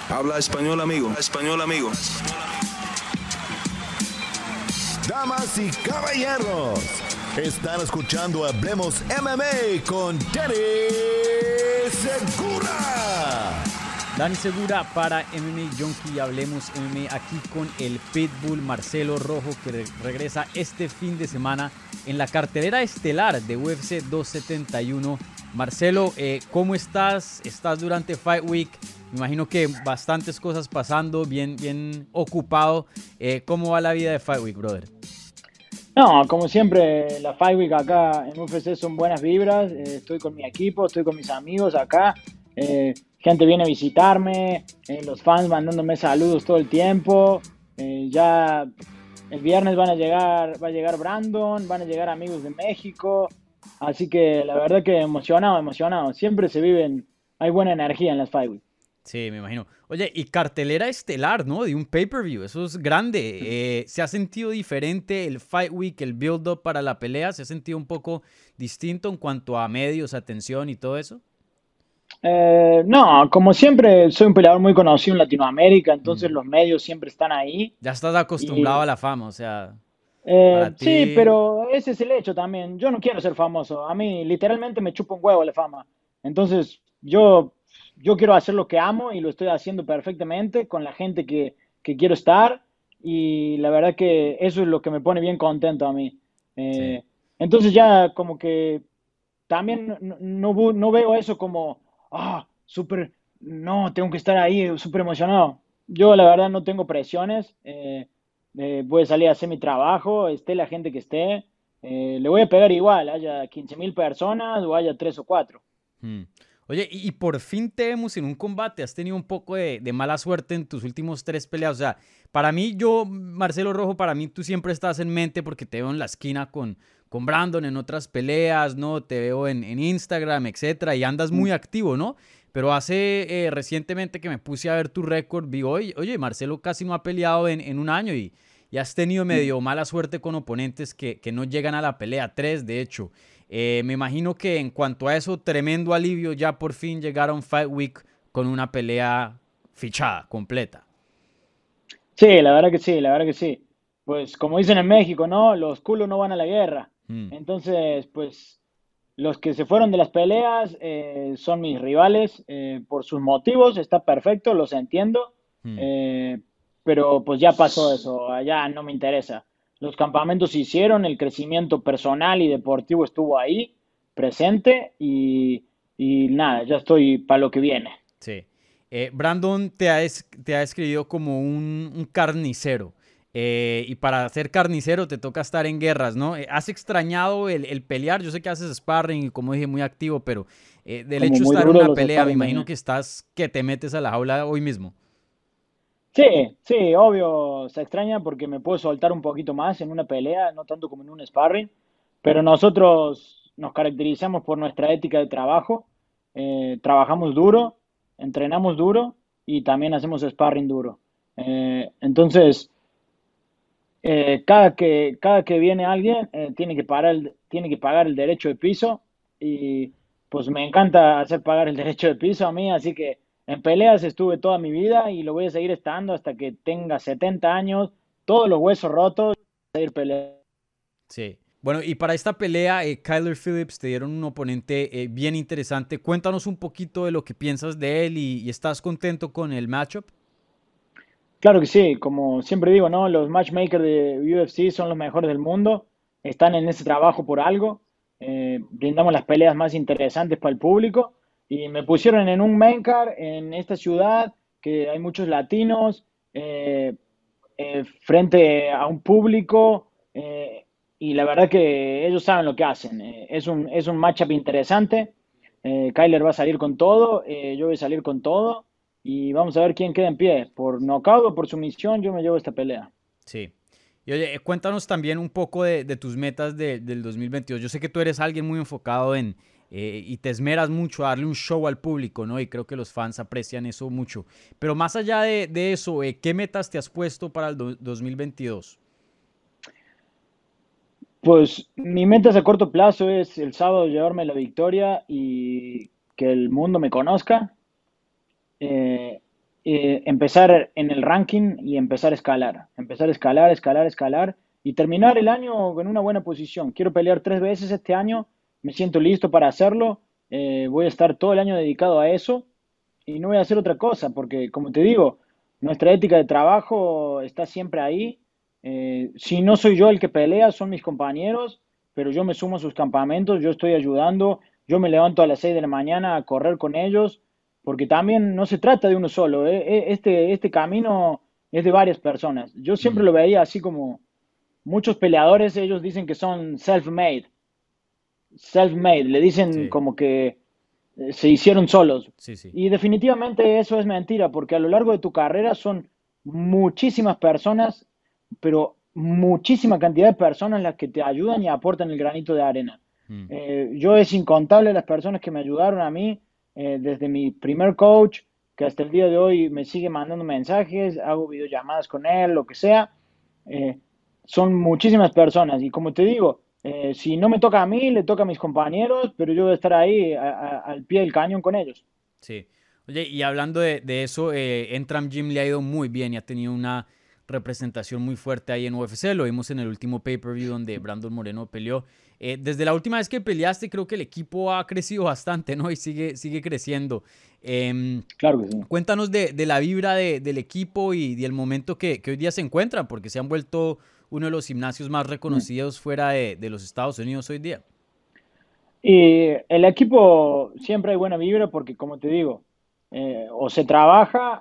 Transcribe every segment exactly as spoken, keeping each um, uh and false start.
Habla español, amigo. Habla español, amigo. Damas y caballeros, están escuchando Hablemos M M A con Dani Segura. Dani Segura para M M A Junkie. Hablemos M M A aquí con el Pitbull Marcelo Rojo, que re- regresa este fin de semana en la cartelera estelar de U F C doscientos setenta y uno. Marcelo, eh, ¿cómo estás? ¿Estás durante Fight Week? Me imagino que bastantes cosas pasando, bien, bien ocupado. Eh, ¿Cómo va la vida de Fight Week, brother? No, como siempre, la Fight Week acá en U F C son buenas vibras. Eh, estoy con mi equipo, estoy con mis amigos acá. Eh, gente viene a visitarme, eh, los fans mandándome saludos todo el tiempo. Eh, ya el viernes van a llegar, va a llegar Brandon, van a llegar amigos de México. Así que la verdad que emocionado, emocionado. Siempre se viven, hay buena energía en las Fight Week. Sí, me imagino. Oye, y cartelera estelar, ¿no? De un pay-per-view, eso es grande. Eh, ¿se ha sentido diferente el Fight Week, el build-up para la pelea? ¿Se ha sentido un poco distinto en cuanto a medios, atención y todo eso? Eh, no, como siempre, soy un peleador muy conocido en Latinoamérica, entonces Mm. los medios siempre están ahí. Ya estás acostumbrado Y a la fama, o sea, eh, para sí, ti... pero ese es el hecho también. Yo no quiero ser famoso. A mí literalmente me chupa un huevo la fama. Entonces, yo, yo quiero hacer lo que amo y lo estoy haciendo perfectamente con la gente que, que quiero estar. Y la verdad que eso es lo que me pone bien contento a mí. Sí. Eh, entonces ya como que también no, no, bu- no veo eso como, ah, súper, no, tengo que estar ahí, súper emocionado. Yo la verdad no tengo presiones. Eh, eh, voy a salir a hacer mi trabajo, esté la gente que esté, eh, le voy a pegar igual, haya quince mil personas o haya tres o cuatro. Mm. Oye, y, y por fin te vemos en un combate. Has tenido un poco de, de mala suerte en tus últimos tres peleas. O sea, para mí, yo, Marcelo Rojo, para mí tú siempre estás en mente porque te veo en la esquina con, con Brandon en otras peleas, ¿no? Te veo en, en Instagram, etcétera, y andas Mm. muy activo, ¿no? Pero hace eh, recientemente que me puse a ver tu récord, vi, oye, oye, Marcelo casi no ha peleado en, en un año y, y has tenido Mm. medio mala suerte con oponentes que, que no llegan a la pelea, tres de hecho. Eh, me imagino que en cuanto a eso, tremendo alivio ya por fin llegar a un Fight Week con una pelea fichada, completa. Sí, la verdad que sí, la verdad que sí. Pues como dicen en México, ¿no? Los culos no van a la guerra. Mm, Entonces, pues los que se fueron de las peleas eh, son mis rivales eh, por sus motivos, está perfecto, los entiendo, mm. eh, pero pues ya pasó eso, allá no me interesa. Los campamentos se hicieron, el crecimiento personal y deportivo estuvo ahí, presente, y, y nada, ya estoy para lo que viene. Sí. Eh, Brandon te ha, es- te ha descrito como un, un carnicero. Eh, y para ser carnicero te toca estar en guerras, ¿no? Eh, ¿Has extrañado el, el pelear? Yo sé que haces sparring y como dije, muy activo, pero eh, del Como hecho de muy estar en duro una los pelea, me sparring imagino también. que estás, que te metes a la jaula hoy mismo. Sí, sí, obvio, se extraña porque me puedo soltar un poquito más en una pelea, no tanto como en un sparring, pero nosotros nos caracterizamos por nuestra ética de trabajo, eh, trabajamos duro, entrenamos duro y también hacemos sparring duro. Eh, entonces, eh, cada que, cada que viene alguien, eh, tiene que pagar el, tiene que pagar el derecho de piso y pues me encanta hacer pagar el derecho de piso a mí, así que en peleas estuve toda mi vida y lo voy a seguir estando hasta que tenga setenta años, todos los huesos rotos, seguir peleando. Sí. Bueno, y para esta pelea, eh, Kyler Phillips te dieron un oponente eh, bien interesante. Cuéntanos un poquito de lo que piensas de él y, y estás contento con el matchup. Claro que sí, como siempre digo, ¿no? Los matchmakers de U F C son los mejores del mundo, están en ese trabajo por algo, eh, brindamos las peleas más interesantes para el público y me pusieron en un main card en esta ciudad que hay muchos latinos, eh, eh, frente a un público, eh, y la verdad que ellos saben lo que hacen. Eh, es un, es un matchup interesante. Eh, Kyler va a salir con todo, eh, yo voy a salir con todo y vamos a ver quién queda en pie. Por nocaut o por sumisión, yo me llevo esta pelea. Sí. Y oye, eh, cuéntanos también un poco de, de tus metas de- del dos mil veintidós. Yo sé que tú eres alguien muy enfocado en eh, y te esmeras mucho a darle un show al público, ¿no? Y creo que los fans aprecian eso mucho. Pero más allá de, de eso, eh, ¿qué metas te has puesto para el do- dos mil veintidós? Pues mi meta a corto plazo es el sábado llevarme la victoria y que el mundo me conozca. Eh, eh, empezar en el ranking y empezar a escalar, empezar a escalar, escalar, escalar y terminar el año en una buena posición. Quiero pelear tres veces este año, me siento listo para hacerlo, eh, voy a estar todo el año dedicado a eso y no voy a hacer otra cosa, porque como te digo, nuestra ética de trabajo está siempre ahí. Eh, si no soy yo el que pelea, son mis compañeros, pero yo me sumo a sus campamentos, yo estoy ayudando, yo me levanto a las seis de la mañana a correr con ellos, porque también no se trata de uno solo, eh, eh, Este, este camino es de varias personas. Yo siempre Mm, lo veía así como muchos peleadores, ellos dicen que son self-made, self-made, le dicen sí, como que eh, se hicieron solos. sí, sí. Y definitivamente eso es mentira, porque a lo largo de tu carrera son muchísimas personas, pero muchísima cantidad de personas las que te ayudan y aportan el granito de arena. Mm, Eh, yo es incontable las personas que me ayudaron a mí, eh, desde mi primer coach, que hasta el día de hoy me sigue mandando mensajes, hago videollamadas con él, lo que sea. Eh, Son muchísimas personas y como te digo, eh, si no me toca a mí, le toca a mis compañeros, pero yo voy a estar ahí a- a- al pie del cañón con ellos. sí. Oye, y hablando de, de eso, eh, Entram Gym le ha ido muy bien y ha tenido una representación muy fuerte ahí en U F C. Lo vimos en el último pay-per-view donde Brandon Moreno peleó. Eh, desde la última vez que peleaste, creo que el equipo ha crecido bastante, ¿no? Y sigue, sigue creciendo. Em, Claro que sí. Cuéntanos de, de la vibra de- del equipo y del momento que, que hoy día se encuentran, porque se han vuelto uno de los gimnasios más Mm. reconocidos fuera de, de los Estados Unidos hoy día. Y el equipo siempre hay buena vibra porque, como te digo, eh, o se trabaja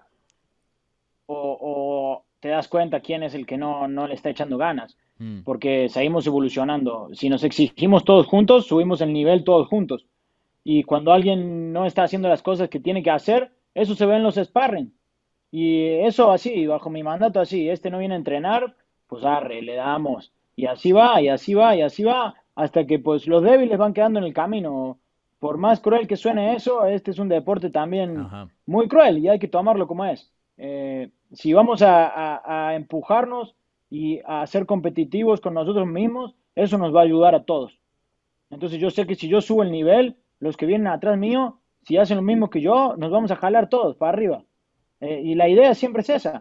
o, o te das cuenta quién es el que no, no le está echando ganas, Mm, porque seguimos evolucionando. Si nos exigimos todos juntos, subimos el nivel todos juntos. Y cuando alguien no está haciendo las cosas que tiene que hacer, eso se ve en los sparring. Y eso así, bajo mi mandato así, este no viene a entrenar, pues arre, le damos. Y así va, y así va, y así va, hasta que pues los débiles van quedando en el camino. Por más cruel que suene eso, este es un deporte también ajá. muy cruel y hay que tomarlo como es. Eh, si vamos a, a- a empujarnos y a ser competitivos con nosotros mismos, eso nos va a ayudar a todos. Entonces yo sé que si yo subo el nivel, los que vienen atrás mío, si hacen lo mismo que yo, nos vamos a jalar todos para arriba. Eh, y la idea siempre es esa.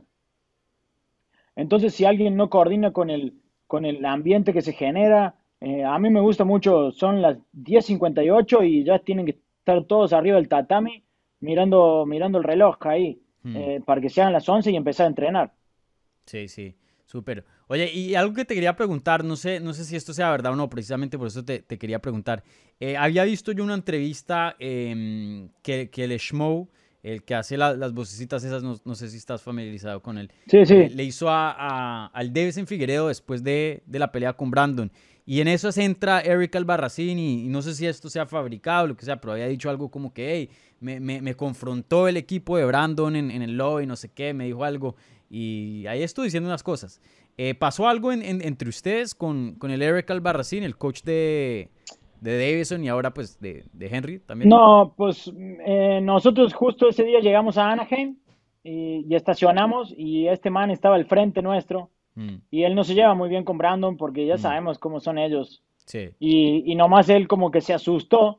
Entonces, si alguien no coordina con el, con el ambiente que se genera, eh, a mí me gusta mucho, son las diez cincuenta y ocho y ya tienen que estar todos arriba del tatami mirando, mirando el reloj ahí, Mm, eh, para que sean las once y empezar a entrenar. sí, sí, súper. Oye, y algo que te quería preguntar, no sé, no sé si esto sea verdad o no, precisamente por eso te, te quería preguntar. Eh, había visto yo una entrevista em, que, que el Schmo, el que hace la- las vocecitas esas, no, no sé si estás familiarizado con él, Sí, eh, sí, le hizo a, a- al Davison Figueredo después de, de la pelea con Brandon. Y en eso se entra Eric Albarracín y, y no sé si esto sea fabricado o lo que sea, pero había dicho algo como que, hey, me, me, me confrontó el equipo de Brandon en, en el lobby, no sé qué, me dijo algo. Y ahí estoy diciendo unas cosas. Eh, ¿pasó algo en- en- entre ustedes con, con el Eric Albarracín, el coach de, de Davison y ahora pues de, de Henry también? no, pues eh, nosotros justo ese día llegamos a Anaheim y, y estacionamos y este man estaba al frente nuestro Mm, y él no se lleva muy bien con Brandon porque ya mm, sabemos cómo son ellos. sí, Y, y nomás él como que se asustó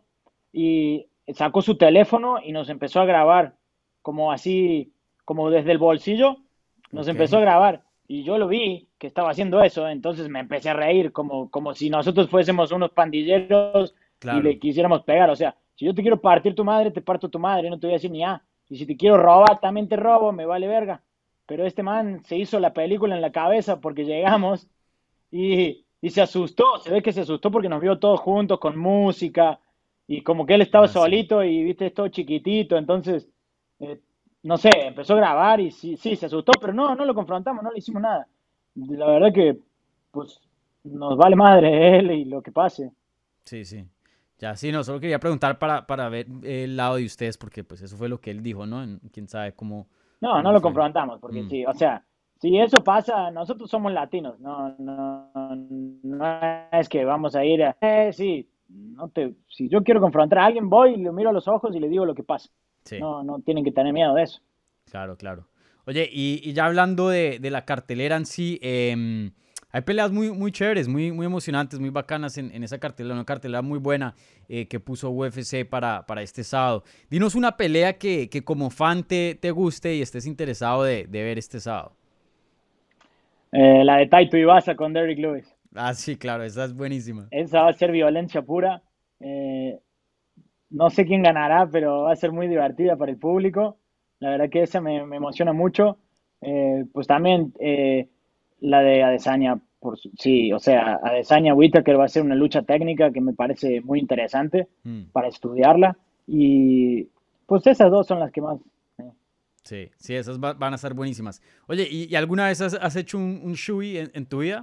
y sacó su teléfono y nos empezó a grabar, como así, como desde el bolsillo, nos ok, empezó a grabar. Y yo lo vi que estaba haciendo eso, entonces me empecé a reír, como, como si nosotros fuésemos unos pandilleros y le claro. quisiéramos pegar. O sea, si yo te quiero partir tu madre, te parto tu madre, no te voy a decir ni A. Y si te quiero robar, también te robo, me vale verga. Pero este man se hizo la película en la cabeza porque llegamos y, y se asustó, se ve que se asustó porque nos vio todos juntos con música y como que él estaba Ah, sí. solito y viste, es todo chiquitito, entonces, eh, no sé, empezó a grabar y sí, sí, se asustó, pero no, no lo confrontamos, no le hicimos nada. La verdad que, pues, nos vale madre él y lo que pase. Sí, sí. Ya, sí, no, solo quería preguntar para, para ver el lado de ustedes, porque pues eso fue lo que él dijo, ¿no? En- Quién sabe cómo, No, no cómo lo fue. confrontamos, porque Mm, sí, o sea, si eso pasa, nosotros somos latinos, no, no, no es que vamos a ir a, eh, sí, no te, si yo quiero confrontar a alguien, voy y le miro a los ojos y le digo lo que pasa. sí, No, no tienen que tener miedo de eso. claro, claro. Oye, y, y ya hablando de, de la cartelera en sí, em, Hay peleas muy, muy chéveres, muy, muy emocionantes, muy bacanas en, en esa cartelera, una cartelera muy buena eh, que puso U F C para, para este sábado. Dinos una pelea que, que como fan te, te guste y estés interesado de, de ver este sábado. Eh, la de Taito Iwasa con Derrick Lewis. Ah, sí, claro, esa es buenísima. Esa va a ser violencia pura. Eh, no sé quién ganará, pero va a ser muy divertida para el público. La verdad que esa me, me emociona mucho. Eh, pues también eh, la de Adesanya, por su- sí, o sea, Adesanya Whittaker va a ser una lucha técnica que me parece muy interesante Mm, para estudiarla. Y pues esas dos son las que más. eh. sí, sí, esas va- van a estar buenísimas. Oye, ¿y, y alguna vez has, has hecho un, un shui en, en tu vida?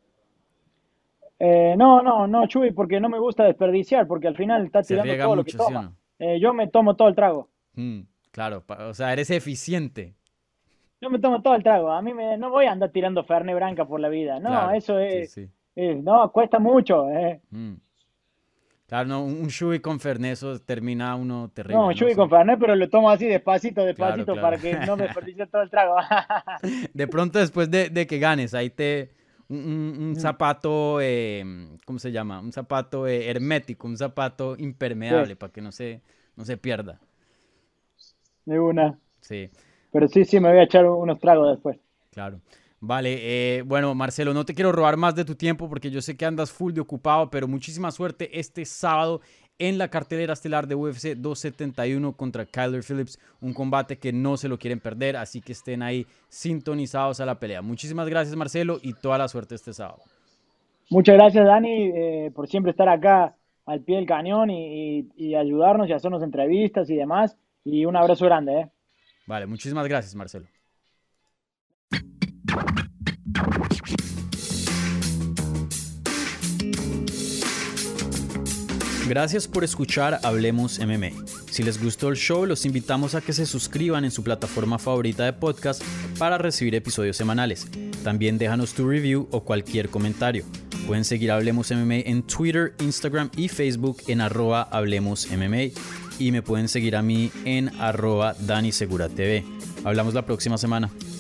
Eh, no, no, no, Chuy, porque no me gusta desperdiciar, porque al final está Se tirando riega todo lo que mucho, ¿sí o toma. no? Eh, yo me tomo todo el trago. Mm, claro, pa- o sea, eres eficiente. Yo me tomo todo el trago. A mí me, no voy a andar tirando Fernet Branca por la vida. No, Claro, eso sí, es, sí. es- no, cuesta mucho. eh. Mm. Claro, no, un, un shui con fernet, eso termina uno No, terrible, ¿no? Chuy con Eso- Fernet, pero lo tomo así despacito, claro, despacito, claro. para que no me desperdicie todo el trago. De pronto después de, de que ganes, ahí te... Un, un- un Mm, zapato, eh, ¿cómo se llama? Un zapato eh, hermético, un zapato impermeable sí, para que no se, no se pierda. de una. Sí, Pero sí, sí, me voy a echar unos tragos después. claro. Vale, eh, bueno, Marcelo, no te quiero robar más de tu tiempo porque yo sé que andas full de ocupado, pero muchísima suerte este sábado en la cartelera estelar de U F C doscientos setenta y uno contra Kyler Phillips, un combate que no se lo quieren perder, así que estén ahí sintonizados a la pelea. Muchísimas gracias, Marcelo, y toda la suerte este sábado. Muchas gracias, Dani, eh, por siempre estar acá al pie del cañón y, y- y ayudarnos y hacernos entrevistas y demás. Y un abrazo grande, ¿eh? Vale, muchísimas gracias, Marcelo. Gracias por escuchar Hablemos M M A. Si les gustó el show, los invitamos a que se suscriban en su plataforma favorita de podcast para recibir episodios semanales. También déjanos tu review o cualquier comentario. Pueden seguir Hablemos M M A en Twitter, Instagram y Facebook en arroba Hablemos M M A. Y me pueden seguir a mí en arroba Dani Segura T V. Hablamos la próxima semana.